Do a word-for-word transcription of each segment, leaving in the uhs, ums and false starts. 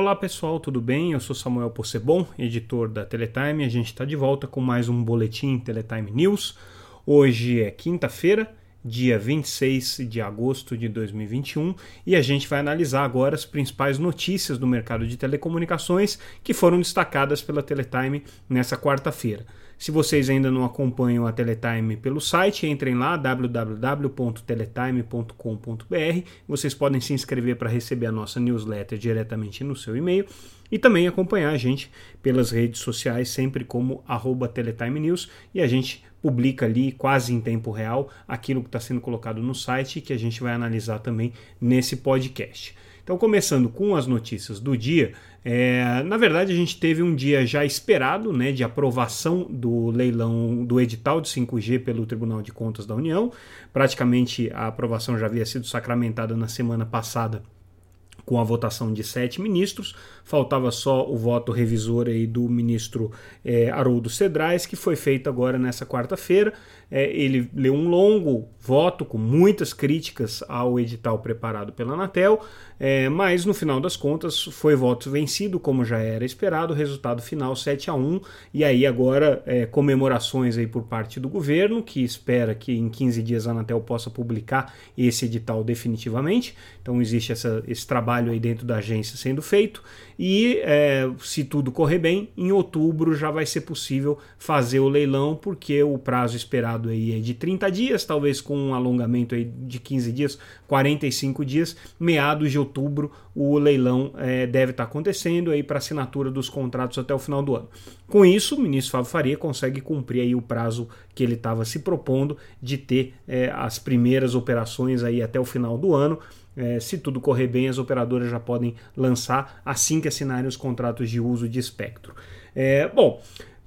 Olá pessoal, tudo bem? Eu sou Samuel Possebon, editor da Teletime. A gente está de volta com mais um boletim Teletime News. Hoje é quinta-feira, dia vinte e seis de agosto de dois mil e vinte e um, e a gente vai analisar agora as principais notícias do mercado de telecomunicações que foram destacadas pela Teletime nessa quarta-feira. Se vocês ainda não acompanham a Teletime pelo site, entrem lá, w w w ponto teletime ponto com ponto b r. Vocês podem se inscrever para receber a nossa newsletter diretamente no seu e-mail e também acompanhar a gente pelas redes sociais, sempre como arroba Teletime News, e a gente publica ali quase em tempo real aquilo que está sendo colocado no site e que a gente vai analisar também nesse podcast. Então, começando com as notícias do dia, é, na verdade a gente teve um dia já esperado, né, de aprovação do leilão do edital de cinco G pelo Tribunal de Contas da União. Praticamente a aprovação já havia sido sacramentada na semana passada com a votação de sete ministros, faltava só o voto revisor aí do ministro é, Haroldo Cedrais, que foi feito agora nessa quarta-feira. É, ele leu um longo voto com muitas críticas ao edital preparado pela Anatel, é, mas no final das contas foi voto vencido, como já era esperado, resultado final sete a um, e aí agora é, comemorações aí por parte do governo, que espera que em quinze dias a Anatel possa publicar esse edital definitivamente. Então existe essa, esse trabalho aí dentro da agência sendo feito, e é, se tudo correr bem, em outubro já vai ser possível fazer o leilão, porque o prazo esperado aí é de trinta dias, talvez com um alongamento aí de quinze dias, quarenta e cinco dias, meados de outubro o leilão é, deve estar acontecendo aí para assinatura dos contratos até o final do ano. Com isso, o ministro Fábio Faria consegue cumprir aí o prazo que ele estava se propondo de ter é, as primeiras operações aí até o final do ano. É, se tudo correr bem, as operadoras já podem lançar assim que assinarem os contratos de uso de espectro. É, bom,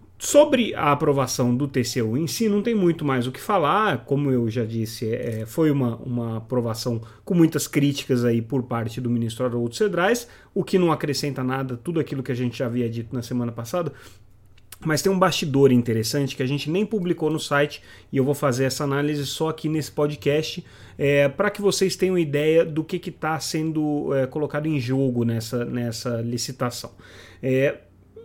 sobre a aprovação do T C U em si, não tem muito mais o que falar. Como eu já disse, é, foi uma, uma aprovação com muitas críticas aí por parte do ministro Haroldo Cedrais, o que não acrescenta nada, tudo aquilo que a gente já havia dito na semana passada. Mas tem um bastidor interessante que a gente nem publicou no site e eu vou fazer essa análise só aqui nesse podcast é, para que vocês tenham ideia do que está sendo é, colocado em jogo nessa, nessa licitação. É,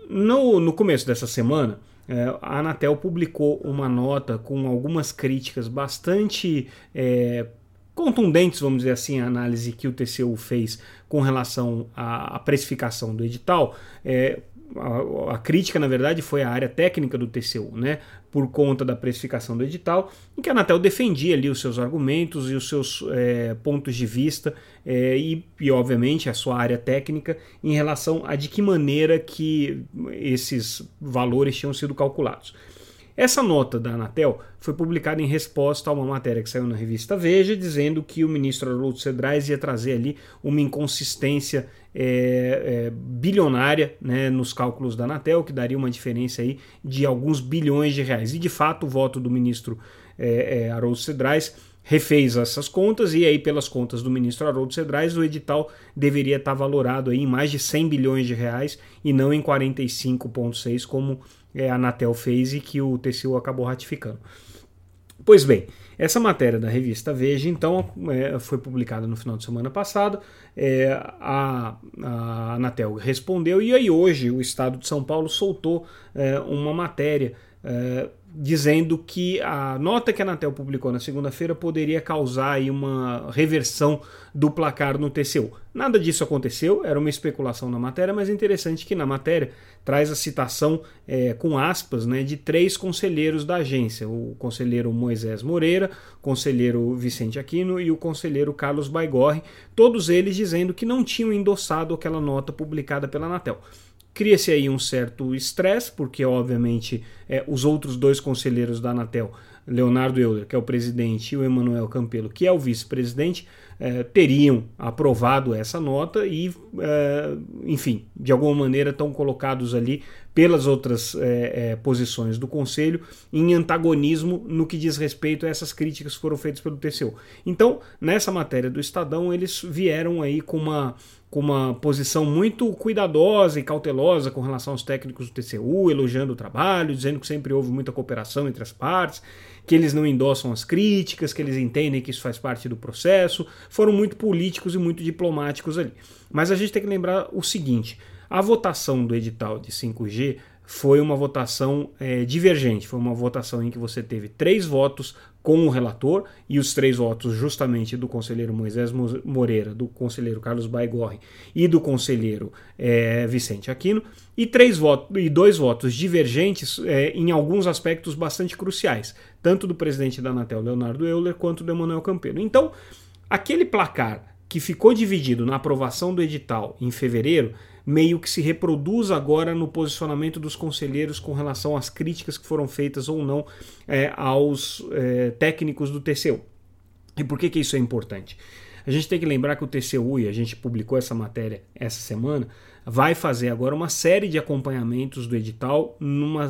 no, no começo dessa semana, é, a Anatel publicou uma nota com algumas críticas bastante é, contundentes, vamos dizer assim, a análise que o T C U fez com relação à, à precificação do edital. É, A, a crítica, na verdade, foi a área técnica do T C U, né, por conta da precificação do edital, em que a Anatel defendia ali os seus argumentos e os seus é, pontos de vista é, e, e, obviamente, a sua área técnica em relação a de que maneira que esses valores tinham sido calculados. Essa nota da Anatel foi publicada em resposta a uma matéria que saiu na revista Veja, dizendo que o ministro Haroldo Cedrais ia trazer ali uma inconsistência é, é, bilionária, né, nos cálculos da Anatel, que daria uma diferença aí de alguns bilhões de reais. E, de fato, o voto do ministro é, é, Haroldo Cedrais refez essas contas, e aí, pelas contas do ministro Haroldo Cedrais, o edital deveria estar valorado aí em mais de cem bilhões de reais e não em quarenta e cinco vírgula seis, como a Anatel fez e que o T C U acabou ratificando. Pois bem, essa matéria da revista Veja, então, é, foi publicada no final de semana passado. É, a, a Anatel respondeu, e aí hoje o Estado de São Paulo soltou é, uma matéria é, dizendo que a nota que a Anatel publicou na segunda-feira poderia causar aí uma reversão do placar no T C U. Nada disso aconteceu, era uma especulação na matéria, mas é interessante que na matéria traz a citação é, com aspas, né, de três conselheiros da agência, o conselheiro Moisés Moreira, o conselheiro Vicente Aquino e o conselheiro Carlos Baigorre, todos eles dizendo que não tinham endossado aquela nota publicada pela Anatel. Cria-se aí um certo estresse, porque obviamente é, os outros dois conselheiros da Anatel, Leonardo Euler, que é o presidente, e o Emanuel Campelo, que é o vice-presidente, é, teriam aprovado essa nota e, é, enfim, de alguma maneira estão colocados ali pelas outras é, é, posições do Conselho em antagonismo no que diz respeito a essas críticas que foram feitas pelo T C U. Então, nessa matéria do Estadão, eles vieram aí com uma, com uma posição muito cuidadosa e cautelosa com relação aos técnicos do T C U, elogiando o trabalho, dizendo que sempre houve muita cooperação entre as partes, que eles não endossam as críticas, que eles entendem que isso faz parte do processo. Foram muito políticos e muito diplomáticos ali. Mas a gente tem que lembrar o seguinte: a votação do edital de cinco G foi uma votação é, divergente, foi uma votação em que você teve três votos com o relator, e os três votos justamente do conselheiro Moisés Moreira, do conselheiro Carlos Baigorre e do conselheiro é, Vicente Aquino, e, três votos, e dois votos divergentes é, em alguns aspectos bastante cruciais, tanto do presidente da Anatel, Leonardo Euler, quanto do Emanuel Campelo. Então, aquele placar que ficou dividido na aprovação do edital em fevereiro, meio que se reproduz agora no posicionamento dos conselheiros com relação às críticas que foram feitas ou não é, aos é, técnicos do T C U. E por que que isso é importante? A gente tem que lembrar que o T C U, e a gente publicou essa matéria essa semana, vai fazer agora uma série de acompanhamentos do edital numa,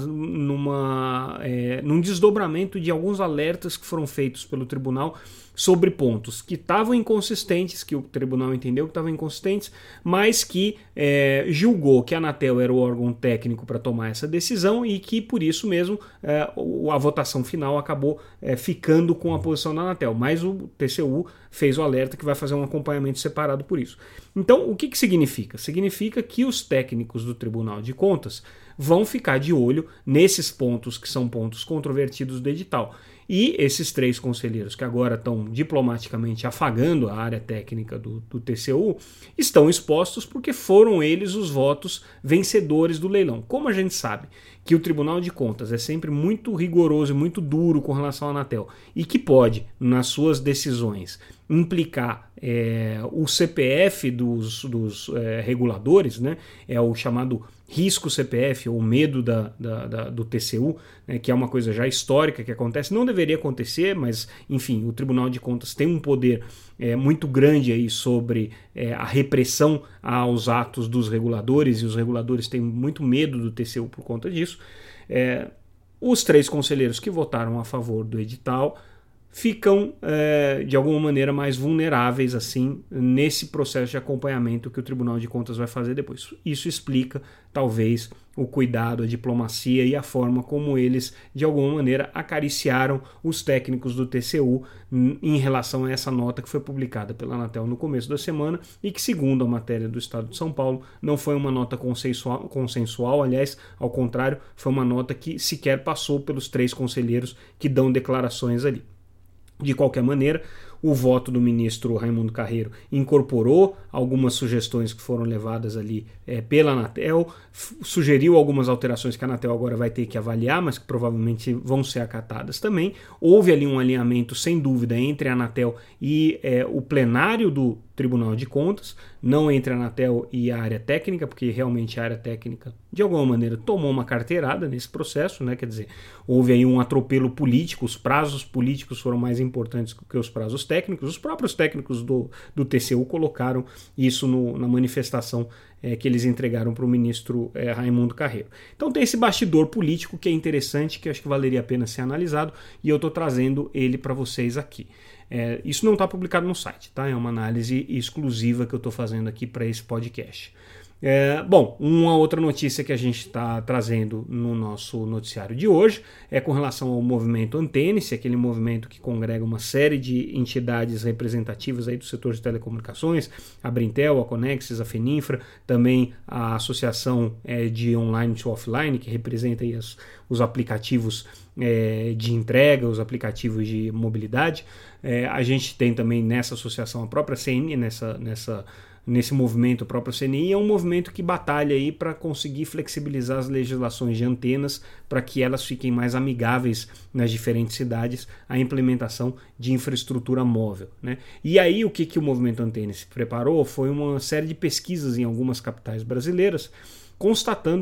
numa, é, num desdobramento de alguns alertas que foram feitos pelo tribunal sobre pontos que estavam inconsistentes, que o tribunal entendeu que estavam inconsistentes, mas que é, julgou que a Anatel era o órgão técnico para tomar essa decisão e que, por isso mesmo, é, a votação final acabou é, ficando com a posição da Anatel. Mas o T C U fez o alerta que vai fazer um acompanhamento separado por isso. Então, o que, que significa? Significa que os técnicos do Tribunal de Contas vão ficar de olho nesses pontos que são pontos controvertidos do edital. E esses três conselheiros que agora estão diplomaticamente afagando a área técnica do, do T C U estão expostos porque foram eles os votos vencedores do leilão. Como a gente sabe que o Tribunal de Contas é sempre muito rigoroso e muito duro com relação à Anatel e que pode, nas suas decisões, implicar é, o C P F dos, dos é, reguladores, né? É o chamado risco C P F, ou medo da, da, da, do T C U, né? Que é uma coisa já histórica que acontece, não deveria acontecer, mas enfim, o Tribunal de Contas tem um poder é, muito grande aí sobre é, a repressão aos atos dos reguladores, e os reguladores têm muito medo do T C U por conta disso. É, os três conselheiros que votaram a favor do edital ficam, é, de alguma maneira, mais vulneráveis assim nesse processo de acompanhamento que o Tribunal de Contas vai fazer depois. Isso explica, talvez, o cuidado, a diplomacia e a forma como eles, de alguma maneira, acariciaram os técnicos do T C U em relação a essa nota que foi publicada pela Anatel no começo da semana e que, segundo a matéria do Estado de São Paulo, não foi uma nota consensual, consensual, aliás, ao contrário, foi uma nota que sequer passou pelos três conselheiros que dão declarações ali. De qualquer maneira, o voto do ministro Raimundo Carreiro incorporou algumas sugestões que foram levadas ali é, pela Anatel, sugeriu algumas alterações que a Anatel agora vai ter que avaliar, mas que provavelmente vão ser acatadas também. Houve ali um alinhamento, sem dúvida, entre a Anatel e é, o plenário do Tribunal de Contas, não entre a Anatel e a área técnica, porque realmente a área técnica, de alguma maneira, tomou uma carteirada nesse processo, né? Quer dizer, houve aí um atropelo político, os prazos políticos foram mais importantes que os prazos técnicos. Os próprios técnicos do, do T C U colocaram isso no, na manifestação é, que eles entregaram para o ministro é, Raimundo Carreiro. Então tem esse bastidor político que é interessante, que eu acho que valeria a pena ser analisado, e eu estou trazendo ele para vocês aqui. É, isso não está publicado no site, tá? É uma análise exclusiva que eu estou fazendo aqui para esse podcast. É, bom, uma outra notícia que a gente está trazendo no nosso noticiário de hoje é com relação ao movimento Antênice, aquele movimento que congrega uma série de entidades representativas aí do setor de telecomunicações, a Brintel, a Conexis, a Feninfra, também a Associação é, de Online to Offline, que representa aí as, os aplicativos é, de entrega, os aplicativos de mobilidade. É, a gente tem também nessa associação a própria C N I, nessa, nessa nesse movimento, o próprio C N I é um movimento que batalha aí para conseguir flexibilizar as legislações de antenas para que elas fiquem mais amigáveis nas diferentes cidades à implementação de infraestrutura móvel, né? E aí o que, que o movimento Antênice preparou foi uma série de pesquisas em algumas capitais brasileiras, constatando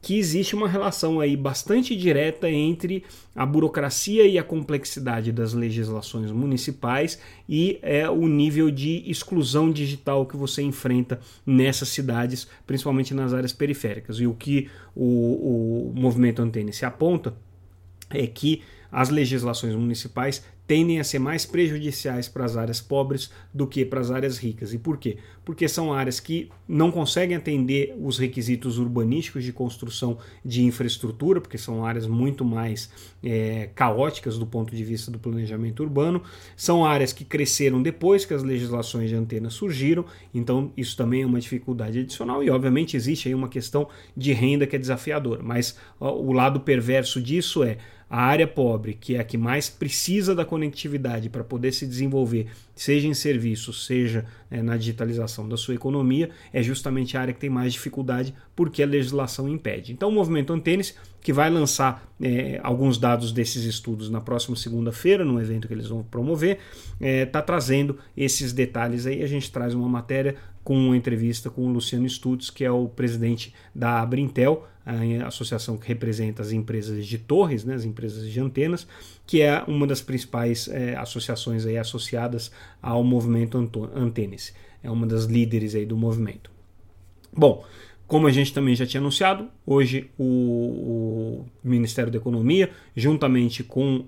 que existe uma relação aí bastante direta entre a burocracia e a complexidade das legislações municipais e é, o nível de exclusão digital que você enfrenta nessas cidades, principalmente nas áreas periféricas. E o que o, o movimento Antene se aponta é que as legislações municipais tendem a ser mais prejudiciais para as áreas pobres do que para as áreas ricas. E por quê? Porque são áreas que não conseguem atender os requisitos urbanísticos de construção de infraestrutura, porque são áreas muito mais é, caóticas do ponto de vista do planejamento urbano, são áreas que cresceram depois que as legislações de antena surgiram, então isso também é uma dificuldade adicional e obviamente existe aí uma questão de renda que é desafiadora, mas ó, o lado perverso disso é a área pobre, que é a que mais precisa da conectividade para poder se desenvolver, seja em serviços, seja é, na digitalização da sua economia, é justamente a área que tem mais dificuldade porque a legislação impede. Então o movimento Antênis, que vai lançar é, alguns dados desses estudos na próxima segunda-feira, no evento que eles vão promover, está é, trazendo esses detalhes aí. A gente traz uma matéria com uma entrevista com o Luciano Stutz, que é o presidente da Abrintel, a associação que representa as empresas de torres, né, as empresas de antenas, que é uma das principais é, associações aí associadas ao movimento Antênis. É uma das líderes aí do movimento. Bom, como a gente também já tinha anunciado, hoje o, o Ministério da Economia, juntamente com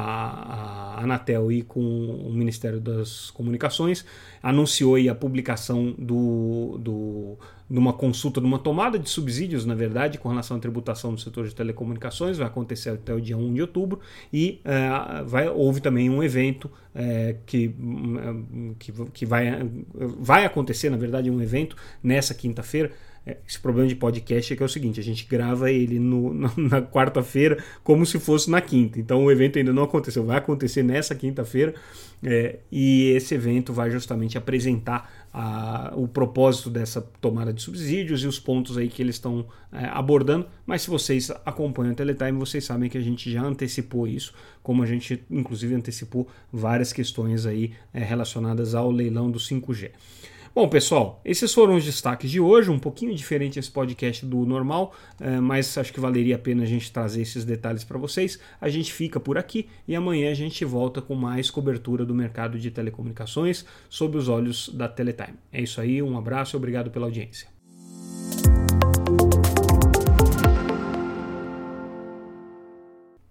a, a Anatel e com o Ministério das Comunicações, anunciou aí a publicação do, do, de uma consulta, de uma tomada de subsídios, na verdade, com relação à tributação do setor de telecomunicações, vai acontecer até o dia primeiro de outubro, e uh, vai, houve também um evento uh, que, que, que vai, vai acontecer, na verdade, um evento nessa quinta-feira. Esse problema de podcast é que é o seguinte, a gente grava ele no, na, na quarta-feira como se fosse na quinta, então o evento ainda não aconteceu, vai acontecer nessa quinta-feira é, e esse evento vai justamente apresentar a, o propósito dessa tomada de subsídios e os pontos aí que eles estão é, abordando, mas se vocês acompanham o Teletime, vocês sabem que a gente já antecipou isso, como a gente inclusive antecipou várias questões aí é, relacionadas ao leilão do cinco G. Bom, pessoal, esses foram os destaques de hoje, um pouquinho diferente esse podcast do normal, mas acho que valeria a pena a gente trazer esses detalhes para vocês. A gente fica por aqui e amanhã a gente volta com mais cobertura do mercado de telecomunicações sob os olhos da Teletime. É isso aí, um abraço e obrigado pela audiência.